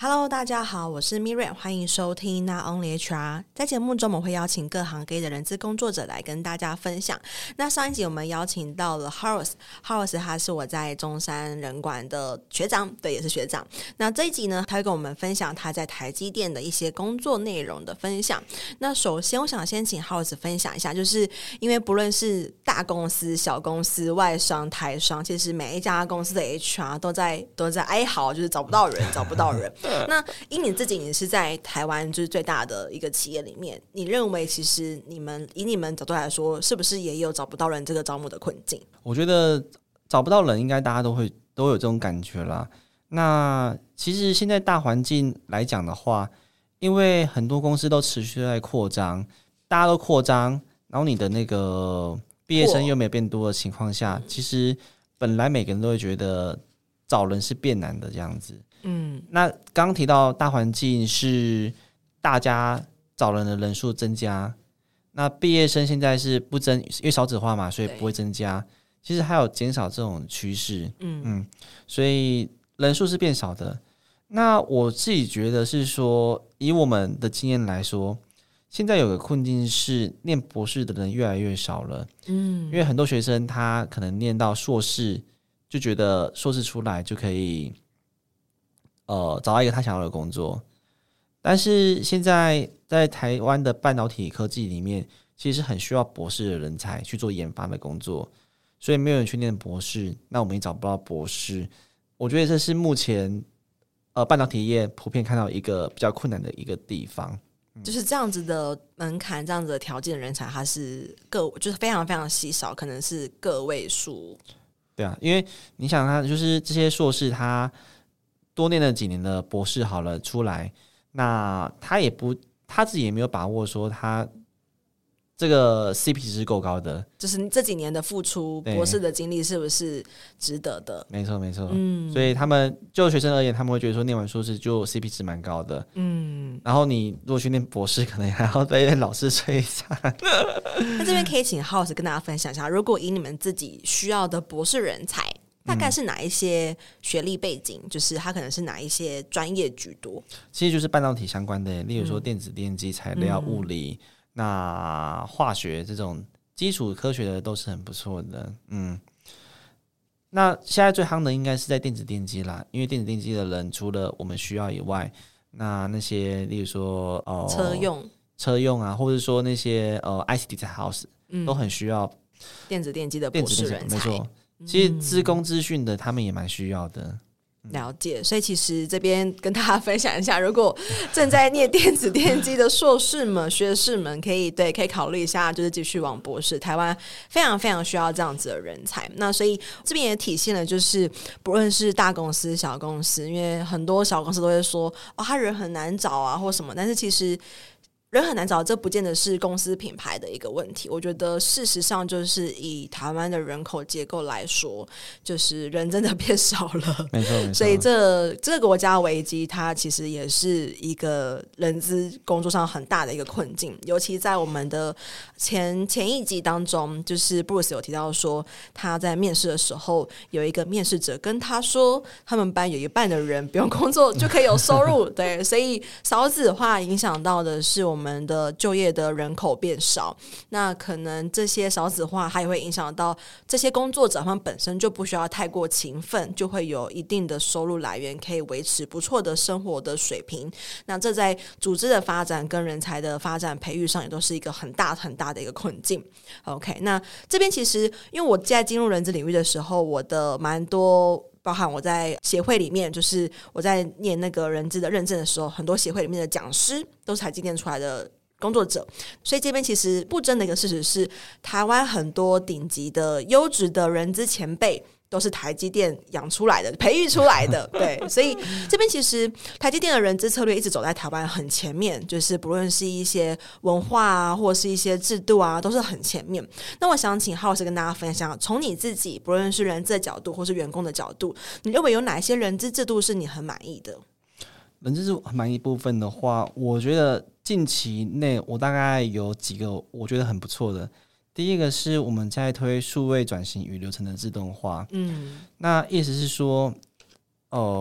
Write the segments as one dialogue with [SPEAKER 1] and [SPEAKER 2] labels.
[SPEAKER 1] Hello， 大家好，我是 Miriam， 欢迎收听 Not Only HR。在节目中，我们会邀请各行各业的人资工作者来跟大家分享。那上一集我们邀请到了 Horace， 他是我在中山人管的学长，对，也是学长。那这一集呢，他会跟我们分享他在台积电的一些工作内容的分享。那首先，我想先请 Horace 分享一下，就是因为不论是大公司、小公司、外商、台商，其实每一家公司的 HR 都在哀嚎，就是找不到人，找不到人。那以你自己，你是在台湾就是最大的一个企业里面，你认为其实以你们角度来说，是不是也有找不到人这个招募的困境？
[SPEAKER 2] 我觉得找不到人应该大家都有这种感觉啦。那其实现在大环境来讲的话，因为很多公司都持续在扩张，大家都扩张，然后你的那个毕业生又没有变多的情况下，其实本来每个人都会觉得找人是变难的这样子。那刚刚提到大环境是大家找人的人数增加，那毕业生现在是不增，因为少子化嘛，所以不会增加。其实还有减少这种趋势，所以人数是变少的。那我自己觉得是说，以我们的经验来说，现在有个困境是念博士的人越来越少了。因为很多学生他可能念到硕士，就觉得硕士出来就可以找到一个他想要的工作。但是现在在台湾的半导体科技里面，其实是很需要博士的人才去做研发的工作，所以没有人去念博士，那我们也找不到博士。我觉得这是目前半导体业普遍看到一个比较困难的一个地方。
[SPEAKER 1] 就是这样子的门槛，这样子的条件的人才，它是就是非常非常稀少，可能是个位数。
[SPEAKER 2] 对啊，因为你想看，就是这些硕士他多念了几年的博士好了出来，那他自己也没有把握说他这个 CP 值是够高的，
[SPEAKER 1] 就是你这几年的付出，博士的经历是不是值得的？
[SPEAKER 2] 没错没错。所以他们就学生而言，他们会觉得说念完硕士就 CP 值蛮高的。然后你如果去念博士，可能还要被老师摧残。
[SPEAKER 1] 那这边可以请 House 跟大家分享一下，如果以你们自己需要的博士人才，大概是哪一些学历背景？就是他可能是哪一些专业居多？
[SPEAKER 2] 其实就是半导体相关的，例如说电子电机、材料、物理，那化学这种基础科学的都是很不错的。那现在最夯的应该是在电子电机啦，因为电子电机的人除了我们需要以外，那些例如说车用啊，或者说那些IC Design House 都很需要
[SPEAKER 1] 电子电机的博士人才。
[SPEAKER 2] 没错，其实资工资讯的他们也蛮需要的。
[SPEAKER 1] 了解，所以其实这边跟大家分享一下，如果正在念电子电机的硕士们、学士们，可以考虑一下，就是继续往博士。台湾非常非常需要这样子的人才。那所以这边也体现了，就是不论是大公司、小公司，因为很多小公司都会说他人很难找啊，或什么，但是其实人很难找，这不见得是公司品牌的一个问题。我觉得事实上就是以台湾的人口结构来说，就是人真的变少了，
[SPEAKER 2] 没错。
[SPEAKER 1] 所以这个国家危机，它其实也是一个人资工作上很大的一个困境。尤其在我们的前一集当中，就是 Bruce 有提到说，他在面试的时候，有一个面试者跟他说，他们班有一半的人不用工作就可以有收入。对，所以少子化影响到的是我们的就业的人口变少，那可能这些少子化还会影响到这些工作者，他们本身就不需要太过勤奋，就会有一定的收入来源，可以维持不错的生活的水平。那这在组织的发展跟人才的发展培育上也都是一个很大很大的一个困境。 OK， 那这边其实因为我在进入人资领域的时候，我的蛮多包含我在协会里面，就是我在念那个人资的认证的时候，很多协会里面的讲师都是台积电出来的工作者，所以这边其实不争的一个事实是，台湾很多顶级的优质的人资前辈都是台积电养出来的、培育出来的。对，所以这边其实台积电的人资策略一直走在台湾很前面，就是不论是一些文化啊，或者是一些制度啊，都是很前面。那我想请House跟大家分享，从你自己不论是人资的角度或是员工的角度，你认为有哪一些人资制度是你很满意的？
[SPEAKER 2] 人资很满意部分的话，我觉得近期内我大概有几个我觉得很不错的。第一个是我们在推数位转型与流程的自动化，那意思是说，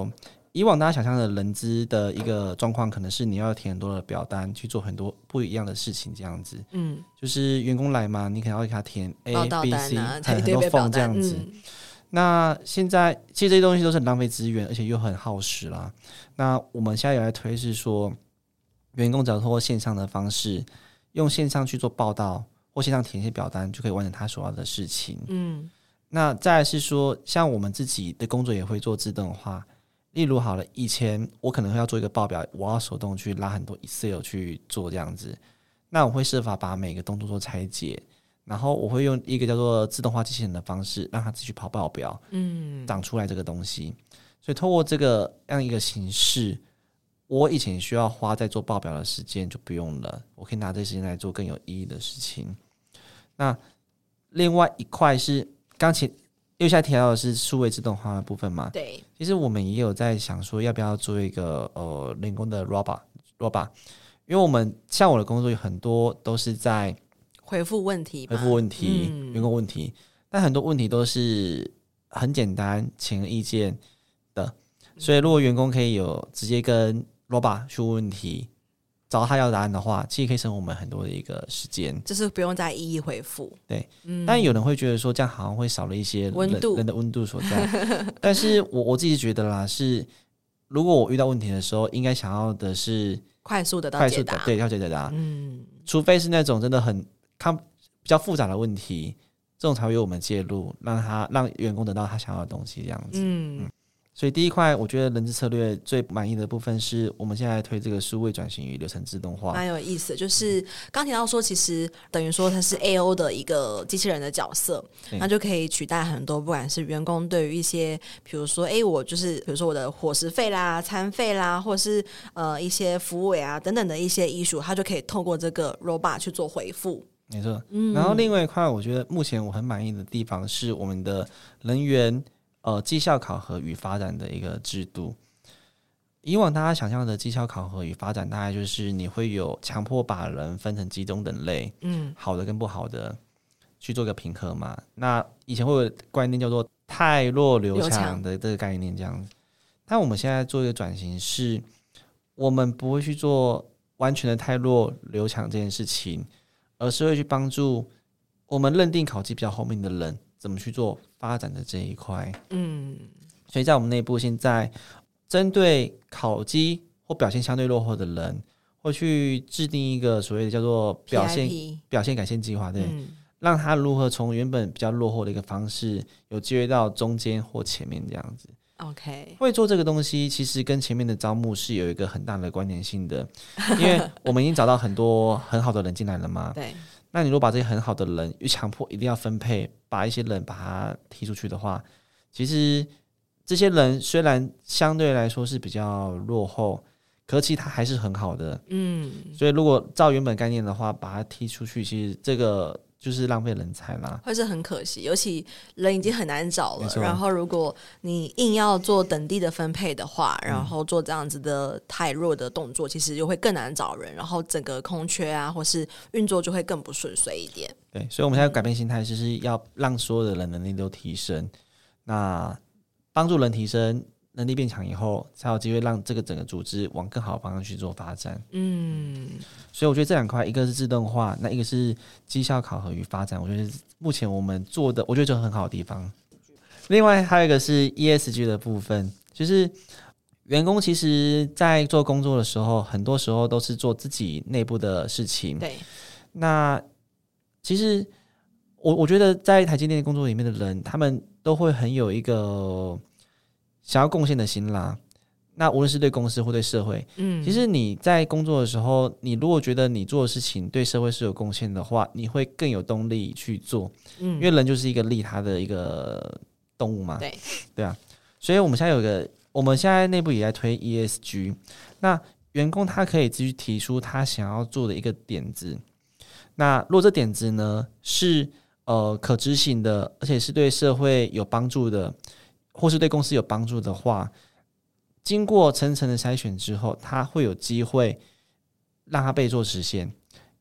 [SPEAKER 2] 以往大家想象的人资的一个状况，可能是你要填很多的表单，去做很多不一样的事情，这样子。就是员工来嘛，你可能要给他填 A、B、C， 很多 form 这样子。那现在其实这些东西都是很浪费资源，而且又很耗时啦。那我们现在有来推是说，员工只要通过线上的方式，用线上去做报到，或线上填一些表单，就可以完成他所要的事情。那再来是说，像我们自己的工作也会做自动化。例如好了，以前我可能会要做一个报表，我要手动去拉很多 Excel 去做这样子。那我会设法把每个动作做拆解，然后我会用一个叫做自动化机器人的方式，让它自己去跑报表，长出来这个东西。所以透过这个样一个形式，我以前需要花在做报表的时间就不用了，我可以拿这时间来做更有意义的事情。那另外一块是刚才因为现在提到的是数位自动化的部分嘛，
[SPEAKER 1] 对，
[SPEAKER 2] 其实我们也有在想说，要不要做一个人工的 robot， 因为我们像我的工作有很多都是在
[SPEAKER 1] 回复问题，
[SPEAKER 2] 员工问题，但很多问题都是很简单、显而易见的，所以如果员工可以有直接跟 robot 去问问题，找到他要的答案的话，其实可以省我们很多的一个时间，
[SPEAKER 1] 就是不用再一一回复。
[SPEAKER 2] 对，但有人会觉得说这样好像会少了一些人的温度所在。但是我自己觉得啦，是如果我遇到问题的时候，应该想要的是
[SPEAKER 1] 快速的解答，
[SPEAKER 2] 对，要解答。除非是那种真的很比较复杂的问题，这种才会由我们介入，让员工得到他想要的东西，这样子。所以第一块，我觉得人资策略最满意的部分是我们现在推这个数位转型与流程自动化，
[SPEAKER 1] 蛮有意思。就是刚提到说，其实等于说它是 AO 的一个机器人的角色，那就可以取代很多不管是员工对于一些，比如说我就是比如说我的伙食费啦、餐费啦，或是一些服务啊等等的一些issue，它就可以透过这个 robot 去做回复。
[SPEAKER 2] 没错。然后另外一块，我觉得目前我很满意的地方是我们的人员绩效考核与发展的一个制度。以往大家想象的绩效考核与发展，大概就是你会有强迫把人分成几种等类，好的跟不好的去做个评核嘛。那以前会有观念叫做太弱留强的这个概念这样子，但我们现在做一个转型，是我们不会去做完全的太弱留强这件事情，而是会去帮助我们认定考绩比较后面的人怎么去做发展的这一块。所以在我们内部现在针对考绩或表现相对落后的人，会去制定一个所谓的叫做表现改善计划，对，让他如何从原本比较落后的一个方式，有机会到中间或前面这样子。
[SPEAKER 1] OK，
[SPEAKER 2] 会做这个东西，其实跟前面的招募是有一个很大的关联性的，因为我们已经找到很多很好的人进来了嘛。
[SPEAKER 1] 对。
[SPEAKER 2] 那你如果把这些很好的人又强迫一定要分配，把一些人把他踢出去的话，其实这些人虽然相对来说是比较落后，可是其实他还是很好的。所以如果照原本概念的话，把他踢出去，其实这个就是浪费人才啦，
[SPEAKER 1] 会是很可惜。尤其人已经很难找了，然后如果你硬要做等地的分配的话，然后做这样子的太弱的动作，其实就会更难找人，然后整个空缺啊或是运作就会更不顺遂一点。
[SPEAKER 2] 对，所以我们现在改变心态，就是要让所有的人能力都提升，那帮助人提升能力变强以后，才有机会让这个整个组织往更好的方向去做发展。所以我觉得这两块，一个是自动化，那一个是绩效考核与发展，我觉得目前我们做的，我觉得就很好的地方。另外还有一个是 ESG 的部分，就是员工其实在做工作的时候，很多时候都是做自己内部的事情。
[SPEAKER 1] 对，
[SPEAKER 2] 那其实我觉得在台积电工作里面的人，他们都会很有一个想要贡献的心啦。那无论是对公司或对社会，其实你在工作的时候，你如果觉得你做的事情对社会是有贡献的话，你会更有动力去做。因为人就是一个利他的一个动物嘛。对啊，所以我们现在内部也在推 ESG。那员工他可以自己提出他想要做的一个点子。那如果这点子呢是可执行的，而且是对社会有帮助的，或是对公司有帮助的话，经过层层的筛选之后，他会有机会让他被做实现。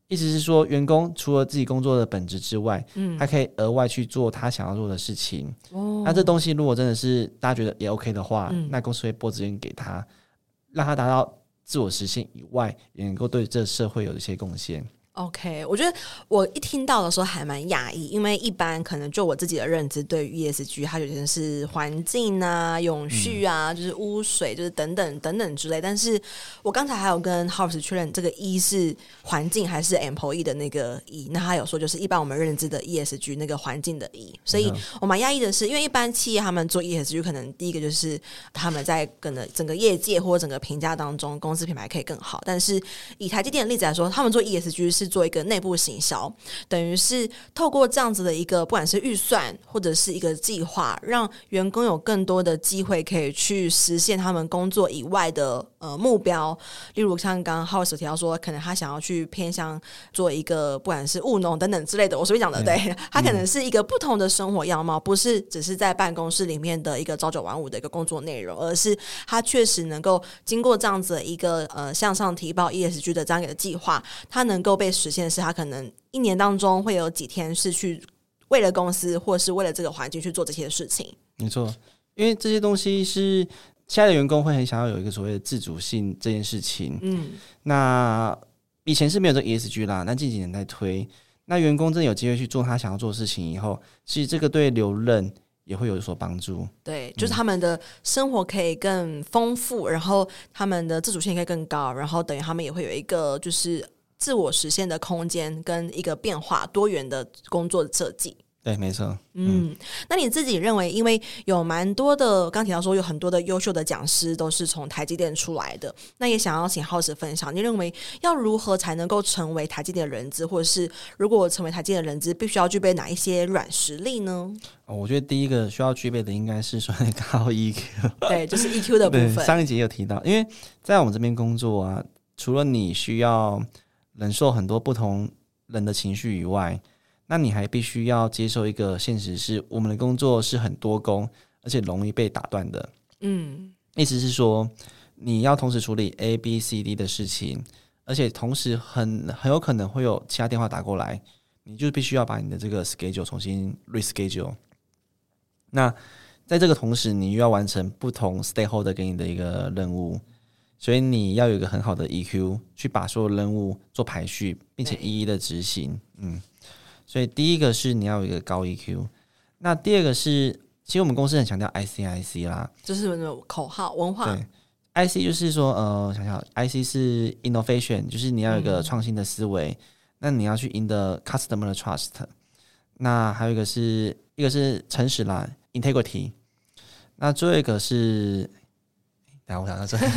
[SPEAKER 2] 意思是说，员工除了自己工作的本质之外，还可以额外去做他想要做的事情。那这东西如果真的是大家觉得也 OK 的话，那公司会拨资源给他，让他达到自我实现以外，也能够对这社会有一些贡献。
[SPEAKER 1] OK， 我觉得我一听到的时候还蛮讶异，因为一般可能就我自己的认知，对于 ESG 它有些是环境啊、永续啊，就是污水，就是等等等等之类。但是我刚才还有跟 House 确认，这个 E 是环境还是 employee 的那个 E？那他有说就是一般我们认知的 ESG 那个环境的 E， 所以我蛮讶异的是，因为一般企业他们做 ESG， 可能第一个就是他们在整个业界或者整个评价当中，公司品牌可以更好。但是以台积电的例子来说，他们做 ESG 是做一个内部行销，等于是透过这样子的一个不管是预算或者是一个计划，让员工有更多的机会可以去实现他们工作以外的目标。例如像刚刚 House 提到说，可能他想要去偏向做一个不管是务农等等之类的，我随便讲的，对，他可能是一个不同的生活样貌，不是只是在办公室里面的一个朝九晚五的一个工作内容，而是他确实能够经过这样子的一个向上提报 ESG 的这样一个计划，他能够被实现的是他可能一年当中会有几天是去为了公司或是为了这个环境去做这些事情。
[SPEAKER 2] 没错，因为这些东西是现在的员工会很想要有一个所谓的自主性这件事情。那以前是没有这个 ESG 啦，那近几年在推。那员工真的有机会去做他想要做的事情以后，其实这个对留任也会有所帮助。
[SPEAKER 1] 对，就是他们的生活可以更丰富，然后他们的自主性可以更高，然后等于他们也会有一个就是自我实现的空间跟一个变化多元的工作的设计。
[SPEAKER 2] 对，没错。
[SPEAKER 1] 那你自己认为，因为有蛮多的，刚提到说有很多的优秀的讲师都是从台积电出来的，那也想要请House分享，你认为要如何才能够成为台积电的人资，或者是如果成为台积电的人资，必须要具备哪一些软实力呢？
[SPEAKER 2] 我觉得第一个需要具备的应该是说高 EQ，
[SPEAKER 1] 对，就是 EQ 的部分。
[SPEAKER 2] 上一集有提到，因为在我们这边工作啊，除了你需要忍受很多不同人的情绪以外，那你还必须要接受一个现实，是我们的工作是很多工，而且容易被打断的。意思是说你要同时处理 A、B、C、D 的事情，而且同时很有可能会有其他电话打过来，你就必须要把你的这个 schedule 重新 reschedule。那在这个同时，你又要完成不同 stakeholder 给你的一个任务，所以你要有一个很好的 EQ 去把所有任务做排序，并且一一的执行。所以第一个是你要有一个高 EQ， 那第二个是，其实我们公司很强调 IC 啦，
[SPEAKER 1] 就是口号文化。
[SPEAKER 2] 对 ，IC 就是说想想 IC 是 innovation， 就是你要有一个创新的思维，那你要去赢得 customer 的 trust。那还有一个是诚实啦 ，integrity。那最后一个是，等一下我想到这里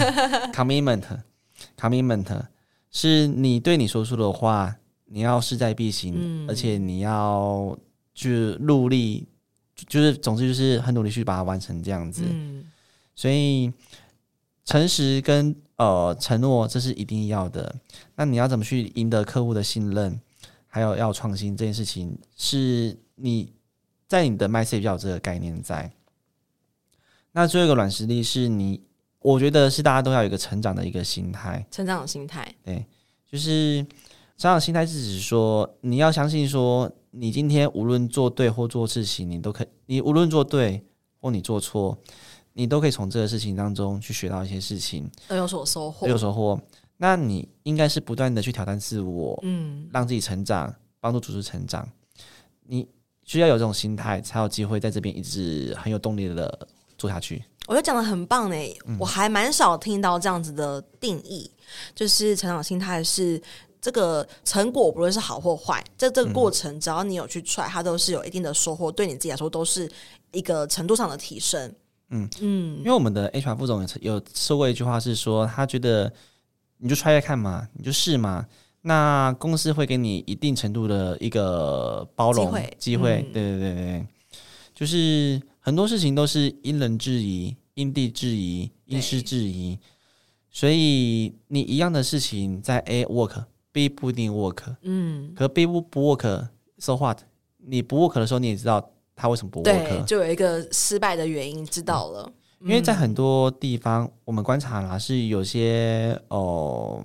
[SPEAKER 2] ，commitment 是你对你说出的话。你要势在必行，而且你要去努力，就是总之就是很努力去把它完成这样子。所以诚实跟承诺这是一定要的。那你要怎么去赢得客户的信任，还有要创新这件事情，是你在你的 mindset 要有这个概念在。那最后一个软实力是我觉得是大家都要有一个成长的一个心态，
[SPEAKER 1] 成长的心态，
[SPEAKER 2] 对，就是。成长心态是指说，你要相信说，你今天无论做对或做事情，你无论做对或你做错，你都可以从这个事情当中去学到一些事情，
[SPEAKER 1] 都有所收获。
[SPEAKER 2] 那你应该是不断的去挑战自我，让自己成长，帮助组织成长。你需要有这种心态，才有机会在这边一直很有动力的做下去。
[SPEAKER 1] 我觉得讲得很棒耶，我还蛮少听到这样子的定义，就是成长心态是。这个成果不论是好或坏，这个过程只要你有去 try， 它都是有一定的收获，对你自己来说都是一个程度上的提升。
[SPEAKER 2] 因为我们的 HR 副总有说过一句话是说，他觉得你就 try 看嘛，你就试嘛，那公司会给你一定程度的一个包容机会。对，就是很多事情都是因人制宜、因地制宜、因事制宜，所以你一样的事情在 A work。B 不一定 work， 可 B 不 work so what？ 你不 work 的时候，你也知道它为什么不 work，
[SPEAKER 1] 对，就有一个失败的原因知道了。
[SPEAKER 2] 因为在很多地方，我们观察啦，是有些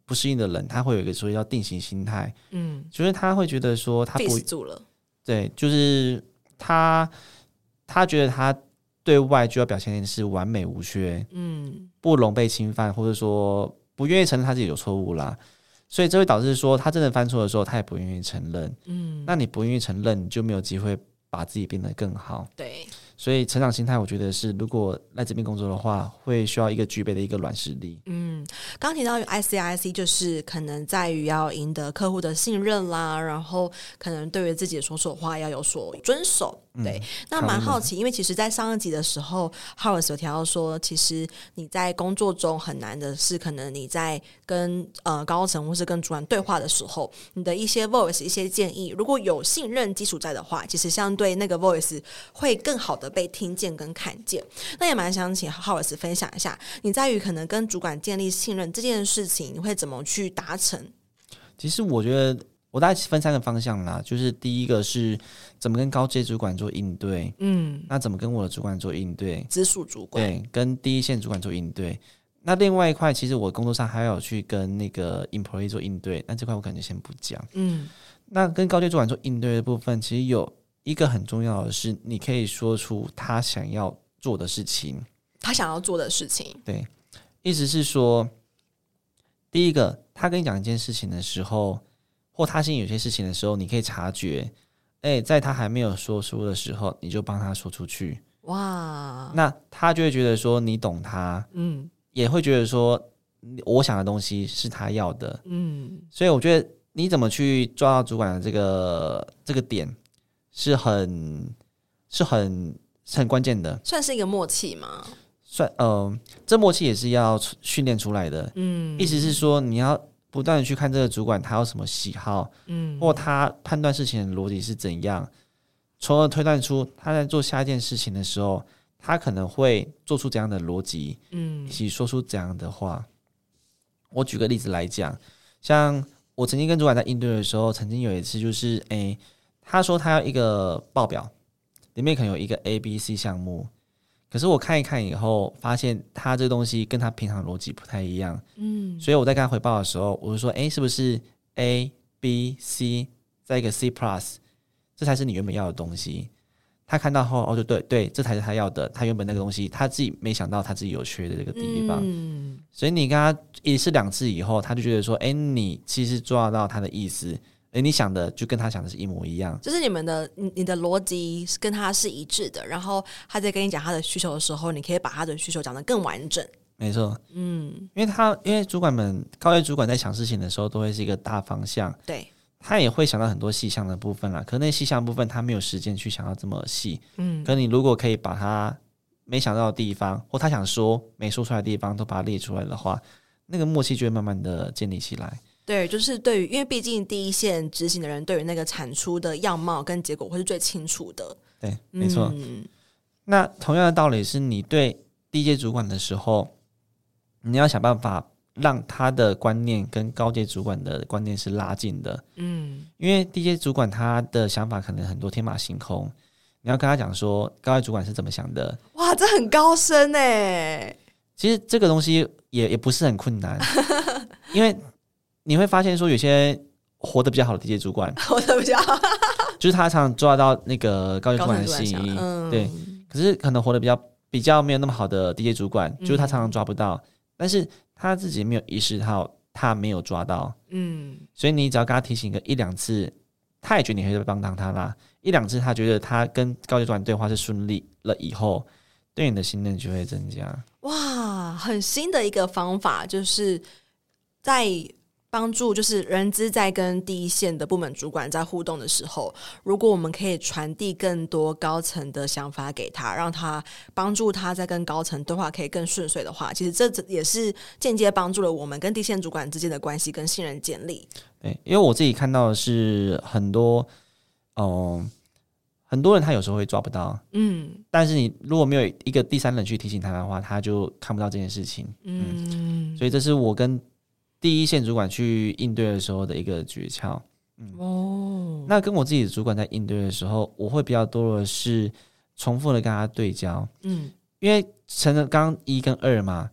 [SPEAKER 2] 不适应的人，他会有一个所谓叫定型心态，就是他会觉得说他不
[SPEAKER 1] fix 住了，
[SPEAKER 2] 对，就是他觉得他对外就要表现的是完美无缺，不容被侵犯，或者说不愿意承认他自己有错误啦，所以这会导致说他真的犯错的时候，他也不愿意承认，那你不愿意承认，你就没有机会把自己变得更好，
[SPEAKER 1] 对。
[SPEAKER 2] 所以成长心态，我觉得是如果来这边工作的话，会需要一个具备的一个软实力。
[SPEAKER 1] 刚提到 ICIC 就是可能在于要赢得客户的信任啦，然后可能对于自己说说话要有所遵守。对，那蛮好奇，因为其实在上一集的时候 Horace 有提到说，其实你在工作中很难的是，可能你在跟高层或是跟主管对话的时候，你的一些 voice 一些建议，如果有信任基础在的话，其实相对那个 voice 会更好的被听见跟看见。那也蛮想请 Horace 分享一下，你在于可能跟主管建立信任这件事情，你会怎么去达成？
[SPEAKER 2] 其实我觉得我大概分3个方向啦，就是第一个是怎么跟高阶主管做应对，那怎么跟我的主管做应对，
[SPEAKER 1] 直属主管，
[SPEAKER 2] 对，跟第一线主管做应对。那另外一块，其实我工作上还有去跟那个 employee 做应对，那这块我感觉先不讲。那跟高阶主管做应对的部分，其实有一个很重要的是，你可以说出他想要做的事情，
[SPEAKER 1] 他想要做的事情，
[SPEAKER 2] 对，意思是说，第一个，他跟你讲一件事情的时候，或他心里有些事情的时候，你可以察觉，在他还没有说出的时候，你就帮他说出去。哇，那他就会觉得说你懂他，也会觉得说我想的东西是他要的，所以我觉得你怎么去抓到主管的这个点是很关键的，
[SPEAKER 1] 算是一个默契吗？
[SPEAKER 2] 这默契也是要训练出来的。意思是说你要不断的去看这个主管他有什么喜好，或他判断事情的逻辑是怎样，从而推断出他在做下一件事情的时候，他可能会做出怎样的逻辑，以及说出怎样的话。我举个例子来讲，像我曾经跟主管在应对的时候，曾经有一次就是他说他要一个报表，里面可能有一个 A、B、C 项目，可是我看一看以后，发现他这个东西跟他平常的逻辑不太一样，所以我在跟他回报的时候，我就说，是不是 A、B、C 再一个 C plus， 这才是你原本要的东西？他看到后，就对，这才是他要的。他原本那个东西，他自己没想到他自己有缺的这个地方，所以你跟他一次两次以后，他就觉得说，你其实抓到他的意思。你想的就跟他想的是一模一样，就是
[SPEAKER 1] 你的逻辑跟他是一致的，然后他在跟你讲他的需求的时候，你可以把他的需求讲得更完整。
[SPEAKER 2] 没错，因为主管们高阶主管在想事情的时候，都会是一个大方向，
[SPEAKER 1] 对，
[SPEAKER 2] 他也会想到很多细项的部分啦，可那细项部分他没有时间去想到这么细，可你如果可以把他没想到的地方，或他想说没说出来的地方都把它列出来的话，那个默契就会慢慢的建立起来。
[SPEAKER 1] 对，就是对于，因为毕竟第一线执行的人对于那个产出的样貌跟结果会是最清楚的。
[SPEAKER 2] 对，没错。那同样的道理是，你对低阶主管的时候，你要想办法让他的观念跟高阶主管的观念是拉近的。因为低阶主管他的想法可能很多天马行空，你要跟他讲说高阶主管是怎么想的。
[SPEAKER 1] 哇，这很高深耶。
[SPEAKER 2] 其实这个东西也不是很困难，因为你会发现说有些活得比较好的低阶主管，
[SPEAKER 1] 活得比较好，
[SPEAKER 2] 就是他常常抓到那个高阶主管的心意，对。可是可能活得比较没有那么好的低阶主管，就是他常常抓不到，但是他自己没有意识到他没有抓到，所以你只要跟他提醒个一两次，他也觉得你会帮到他啦。一两次他觉得他跟高阶主管对话是顺利了以后，对你的信任就会增加。
[SPEAKER 1] 哇，很新的一个方法，就是在帮助就是人资在跟第一线的部门主管在互动的时候，如果我们可以传递更多高层的想法给他，让他帮助他在跟高层对话可以更顺遂的话，其实这也是间接帮助了我们跟第一线主管之间的关系跟信任建立。
[SPEAKER 2] 对，因为我自己看到的是很多人他有时候会抓不到，但是你如果没有一个第三人去提醒他的话，他就看不到这件事情，所以这是我跟第一线主管去应对的时候的一个诀窍。那跟我自己的主管在应对的时候，我会比较多的是重复的跟他对焦，因为成了刚刚1跟2嘛，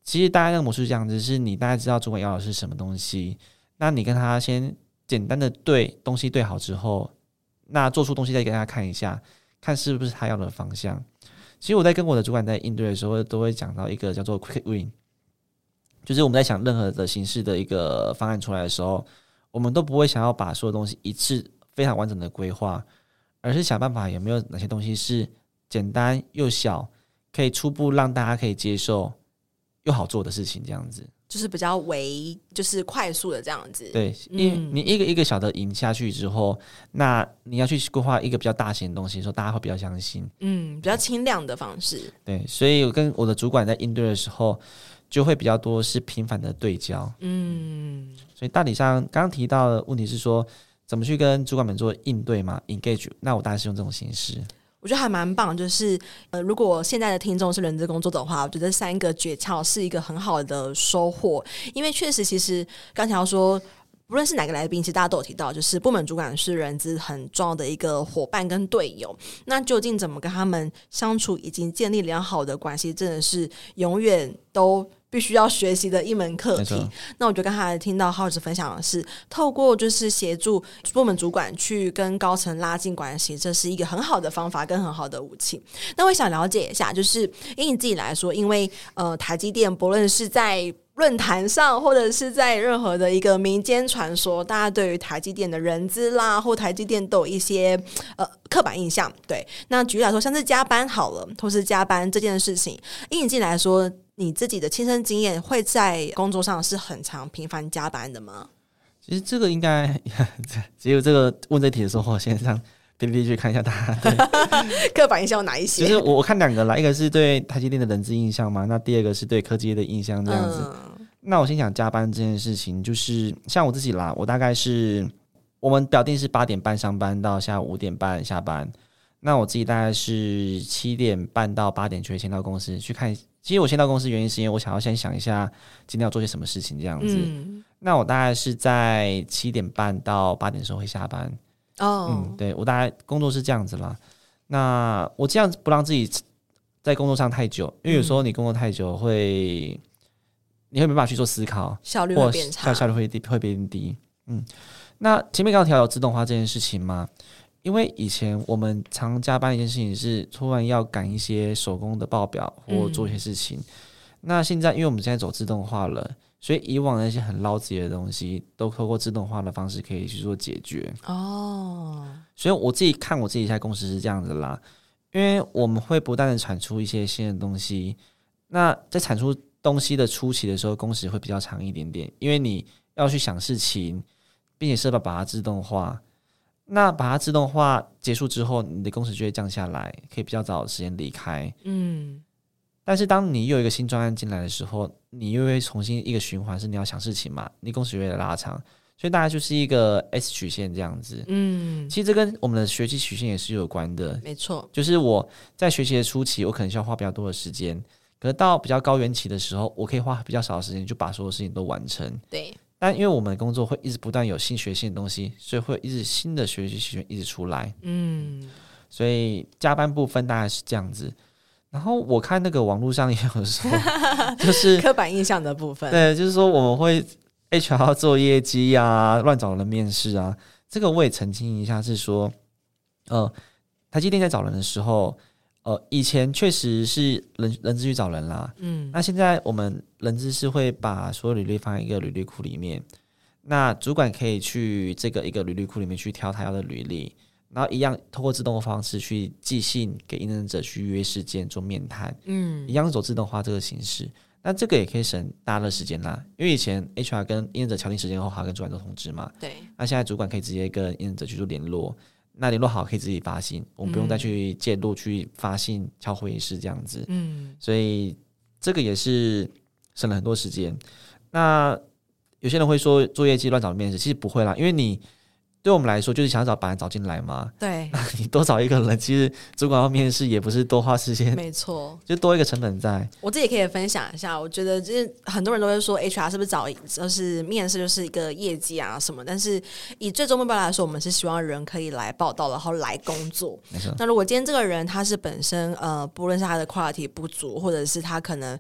[SPEAKER 2] 其实大概那个模式是这样子，是你大概知道主管要的是什么东西，那你跟他先简单的对东西对好之后，那做出东西再给大家看一下，看是不是他要的方向。其实我在跟我的主管在应对的时候，都会讲到一个叫做 quick win， 就是我们在想任何的形式的一个方案出来的时候，我们都不会想要把所有东西一次非常完整的规划，而是想办法有没有哪些东西是简单又小，可以初步让大家可以接受又好做的事情，这样子
[SPEAKER 1] 就是比较就是快速的这样子。
[SPEAKER 2] 对，因为你一个一个小的赢下去之后，那你要去规划一个比较大型的东西的时候，大家会比较相信。
[SPEAKER 1] 比较轻量的方式。
[SPEAKER 2] 对，所以我跟我的主管在应对的时候，就会比较多是频繁的对焦。所以大体上刚刚提到的问题是说，怎么去跟主管们做应对嘛 ，engage。那我大概是用这种形式。
[SPEAKER 1] 我觉得还蛮棒，就是如果现在的听众是人资工作的话，我觉得3个诀窍是一个很好的收获。因为确实，其实刚才要说，不论是哪个来宾，其实大家都有提到，就是部门主管是人资很重要的一个伙伴跟队友。那究竟怎么跟他们相处，已经建立良好的关系，真的是永远都必须要学习的一门课题。那我就刚才听到浩子分享的是，透过就是协助部门主管去跟高层拉近关系，这是一个很好的方法跟很好的武器。那我想了解一下，就是以你自己来说，因为台积电不论是在论坛上，或者是在任何的一个民间传说，大家对于台积电的人资啦，或台积电都有一些刻板印象。对，那举例来说，像是加班好了，或是加班这件事情，以你自己来说，你自己的亲身经验会在工作上是很常频繁加班的吗？
[SPEAKER 2] 其实这个应该只有这个问这题的时候，先上PPT去看一下大家对
[SPEAKER 1] 刻板印象有哪一些？
[SPEAKER 2] 就是我看2个啦，一个是对台积电的人资印象嘛，那第2个是对科技业的印象这样子。那我先讲加班这件事情，就是像我自己啦，我大概是我们表定是8点半上班到下午5点半下班，那我自己大概是7点半到8点就会先到公司去看。其实我先到公司原因是因为我想要先想一下今天要做些什么事情这样子。那我大概是在7点半到8点的时候会下班。对，我大概工作是这样子啦。那我这样子不让自己在工作上太久，因为有时候你工作太久你会没办法去做思考，
[SPEAKER 1] 效率会变差，
[SPEAKER 2] 效率会变低。那前面刚刚提到自动化这件事情嘛，因为以前我们常加班的一件事情是突然要赶一些手工的报表或做一些事情。那现在因为我们现在走自动化了，所以以往那些很捞自己的东西都透过自动化的方式可以去做解决。所以我自己看我自己在公司是这样子啦，因为我们会不断的产出一些新的东西。那在产出东西的初期的时候，工时会比较长一点点，因为你要去想事情，并且是把它自动化。那把它自动化结束之后，你的工时就会降下来，可以比较早的时间离开。但是当你又有一个新专案进来的时候，你又会重新一个循环，是你要想事情嘛，你工时越来越拉长，所以大概就是一个 S 曲线这样子。其实这跟我们的学习曲线也是有关的。
[SPEAKER 1] 没错，
[SPEAKER 2] 就是我在学习的初期，我可能需要花比较多的时间，可是到比较高原期的时候，我可以花比较少的时间就把所有事情都完成。
[SPEAKER 1] 对。
[SPEAKER 2] 但因为我们的工作会一直不断有新学新的东西，所以会一直新的学习曲线一直出来。所以加班部分大概是这样子。然后我看那个网络上也有说，就是
[SPEAKER 1] 刻板印象的部分，
[SPEAKER 2] 对，就是说我们会 HR 做业绩啊，乱找人面试啊。这个我也澄清一下，是说，台积电在找人的时候，以前确实是人资去找人啦，那现在我们人资是会把所有履历放在一个履历库里面，那主管可以去这个一个履历库里面去挑他要的履历。然后一样透过自动的方式去寄信给应征者去约时间做面谈，一样走自动化这个形式。那这个也可以省大家的时间啦，因为以前 HR 跟应征者敲定时间后，还要跟主管做通知嘛。
[SPEAKER 1] 对。
[SPEAKER 2] 那现在主管可以直接跟应征者去做联络，那联络好可以自己发信，我们不用再去介入去发信、敲会议室这样子。所以这个也是省了很多时间。那有些人会说做业绩乱找面试，其实不会啦，因为你。对我们来说就是想要把人找进来嘛，
[SPEAKER 1] 对，
[SPEAKER 2] 那你多找一个人，其实主管要面试也不是多花时间，
[SPEAKER 1] 没错，
[SPEAKER 2] 就多一个成本在。
[SPEAKER 1] 我自己可以分享一下，我觉得就是很多人都会说 HR 是不是找就是面试就是一个业绩啊什么，但是以最终目标来说，我们是希望人可以来报到，然后来工作。那如果今天这个人他是本身不论是他的 quality 不足，或者是他可能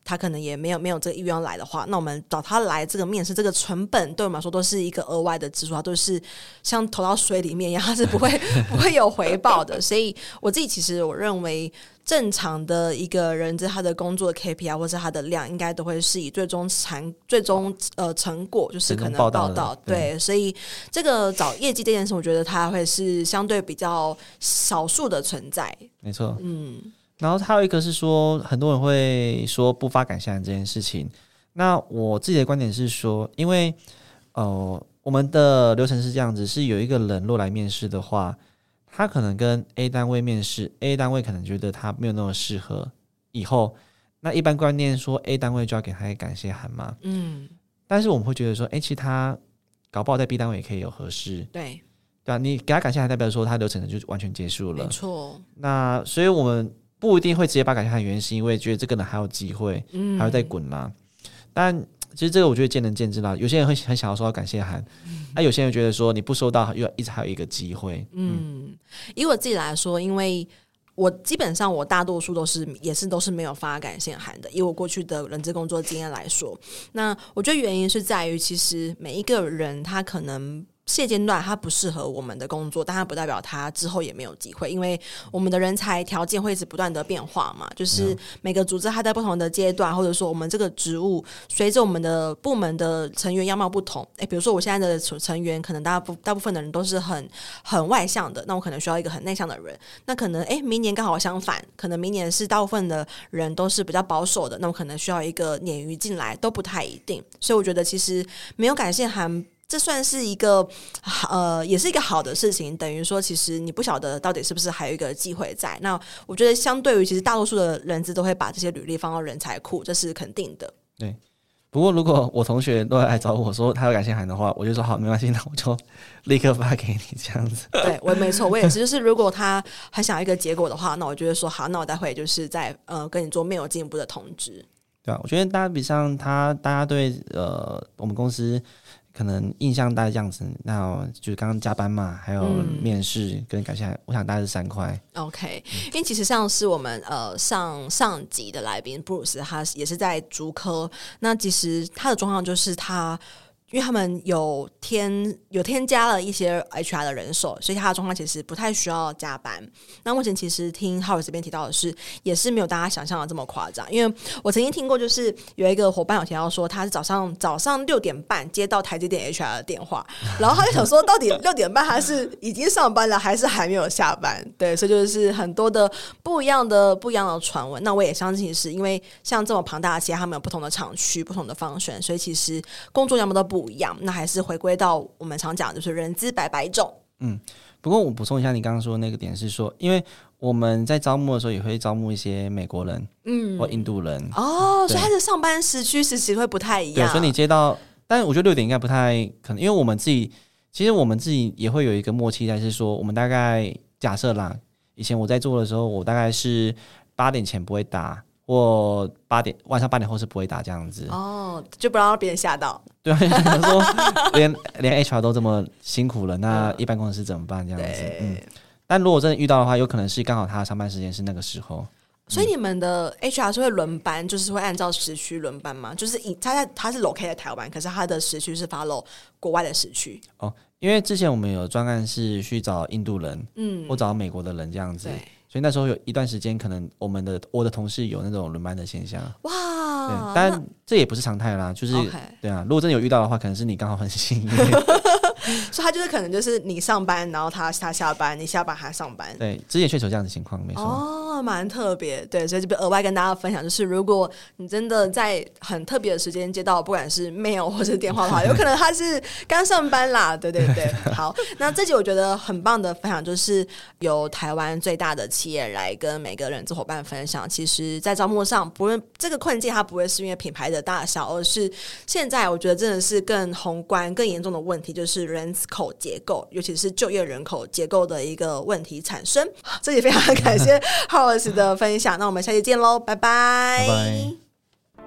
[SPEAKER 1] 他可能也没有这个意愿要来的话，那我们找他来这个面试，这个成本对我们来说都是一个额外的支出，它都是像投到水里面一样，它是不会有回报的。所以我自己其实我认为，正常的一个人他的工作的 KPI 或是他的量，应该都会是以最终成果，就是可能报道。对，所以这个找业绩这件事，我觉得它会是相对比较少数的存在。
[SPEAKER 2] 没错，然后还有一个是说，很多人会说不发感谢函这件事情。那我自己的观点是说，因为我们的流程是这样子，是有一个人若来面试的话，他可能跟 A 单位面试 ，A 单位可能觉得他没有那么适合，以后那一般观念说 A 单位就要给他一个感谢函嘛。但是我们会觉得说，其实他搞不好在 B 单位也可以有合适。
[SPEAKER 1] 对
[SPEAKER 2] 啊，你给他感谢函代表说他流程就完全结束了。
[SPEAKER 1] 没错。
[SPEAKER 2] 那所以我们不一定会直接把感谢函原因是因为觉得这个人还有机会，还会再滚啦。但其实这个我觉得见仁见智啦，有些人会很想要收到感谢函，有些人觉得说你不收到又一直还有一个机会。
[SPEAKER 1] 以我自己来说，因为我基本上我大多数都是没有发感谢函的，以我过去的人资工作经验来说，那我觉得原因是在于，其实每一个人他可能现阶段他不适合我们的工作，但他不代表他之后也没有机会，因为我们的人才条件会一直不断的变化嘛，就是每个组织它在不同的阶段，或者说我们这个职务随着我们的部门的成员样貌不同，比如说我现在的成员可能大部分的人都是很外向的，那我可能需要一个很内向的人，那可能明年刚好相反，可能明年是大部分的人都是比较保守的，那我可能需要一个鲶鱼进来，都不太一定。所以我觉得其实没有感谢函，这算是一个也是一个好的事情，等于说其实你不晓得到底是不是还有一个机会在。那我觉得相对于其实大多数的人资都会把这些履历放到人才库，这是肯定的。
[SPEAKER 2] 对，不过如果我同学都来找我说他有感谢函的话，我就说好，没关系，那我就立刻发给你这样子。
[SPEAKER 1] 对，我没错，我也是，就是如果他很想要一个结果的话，那我就会说好，那我待会就是在跟你做没有进一步的通知。
[SPEAKER 2] 对啊，我觉得大比上大家对我们公司可能印象大概这样子，那就是刚刚加班嘛，还有面试跟感谢函，我想大概是3块。
[SPEAKER 1] OK， 因为其实像是我们上集的来宾布鲁斯，他也是在竹科，那其实他的状况就是因为他们有添加了一些 HR 的人手，所以他的状况其实不太需要加班。那目前其实听浩尔这边提到的是，也是没有大家想象的这么夸张。因为我曾经听过，就是有一个伙伴有提到说，他是早上6点半接到台积电 HR 的电话，然后他就想说，到底6点半他是已经上班了，还是还没有下班？对，所以就是很多的不一样的传闻。那我也相信是因为像这么庞大的企业，他们有不同的厂区、不同的function，所以其实工作要么都不一样，那还是回归到我们常讲，就是人资百种。
[SPEAKER 2] 不过我补充一下，你刚刚说的那个点是说，因为我们在招募的时候也会招募一些美国人，或印度人。
[SPEAKER 1] 所以他的上班时区时期会不太一样。
[SPEAKER 2] 对，所以你接到，但是我觉得6点应该不太可能，因为我们自己也会有一个默契在，是说我们大概假设啦，以前我在做的时候，我大概是8点前不会打。或晚上8点后是不会打这样子
[SPEAKER 1] 就不让别人吓到。
[SPEAKER 2] 对，想说连 HR 都这么辛苦了，那一般公司怎么办这样子？但如果真的遇到的话，有可能是刚好他的上班时间是那个时候。
[SPEAKER 1] 所以你们的 HR 是会轮班，就是会按照时区轮班吗？就是他是 locate 在台湾，可是他的时区是 follow 国外的时区。
[SPEAKER 2] 因为之前我们有专案是去找印度人，或找美国的人这样子。所以那时候有一段时间，可能我的同事有那种轮班的现象。
[SPEAKER 1] 哇！
[SPEAKER 2] 对，但这也不是常态啦，就是对啊。如果真的有遇到的话，可能是你刚好很幸运。
[SPEAKER 1] 所以他就是可能就是你上班，然后他下班，你下班还上班。
[SPEAKER 2] 对，之前确实有这样的情况，没错。
[SPEAKER 1] 蛮特别。对，所以这边额外跟大家分享，就是如果你真的在很特别的时间接到不管是 mail 或是电话的话，有可能他是刚上班啦。对。好，那这集我觉得很棒的分享，就是由台湾最大的企业来跟每个人资伙伴分享，其实在招募上，不论这个困境它不会是因为品牌的大小，而是现在我觉得真的是更宏观更严重的问题，就是人口结构，尤其是就业人口结构的一个问题产生。这里非常感谢 Howard 的分享，那我们下期见喽，拜拜。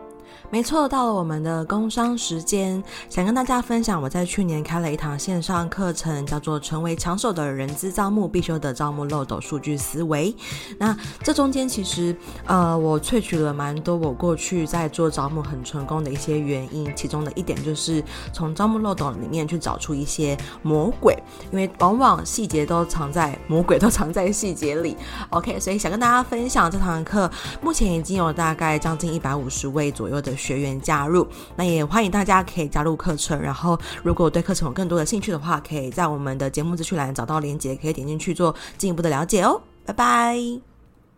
[SPEAKER 1] 没错，到了我们的工商时间，想跟大家分享我在去年开了一堂线上课程，叫做成为抢手的人资招募必修的招募漏斗数据思维。那这中间其实我萃取了蛮多我过去在做招募很成功的一些原因，其中的一点就是从招募漏斗里面去找出一些魔鬼，因为往往细节都藏在魔鬼都藏在细节里。 OK， 所以想跟大家分享这堂课目前已经有大概将近150位左右的学员加入，那也欢迎大家可以加入课程，然后如果对课程有更多的兴趣的话，可以在我们的节目资讯栏找到连结，可以点进去做进一步的了解哦。拜拜。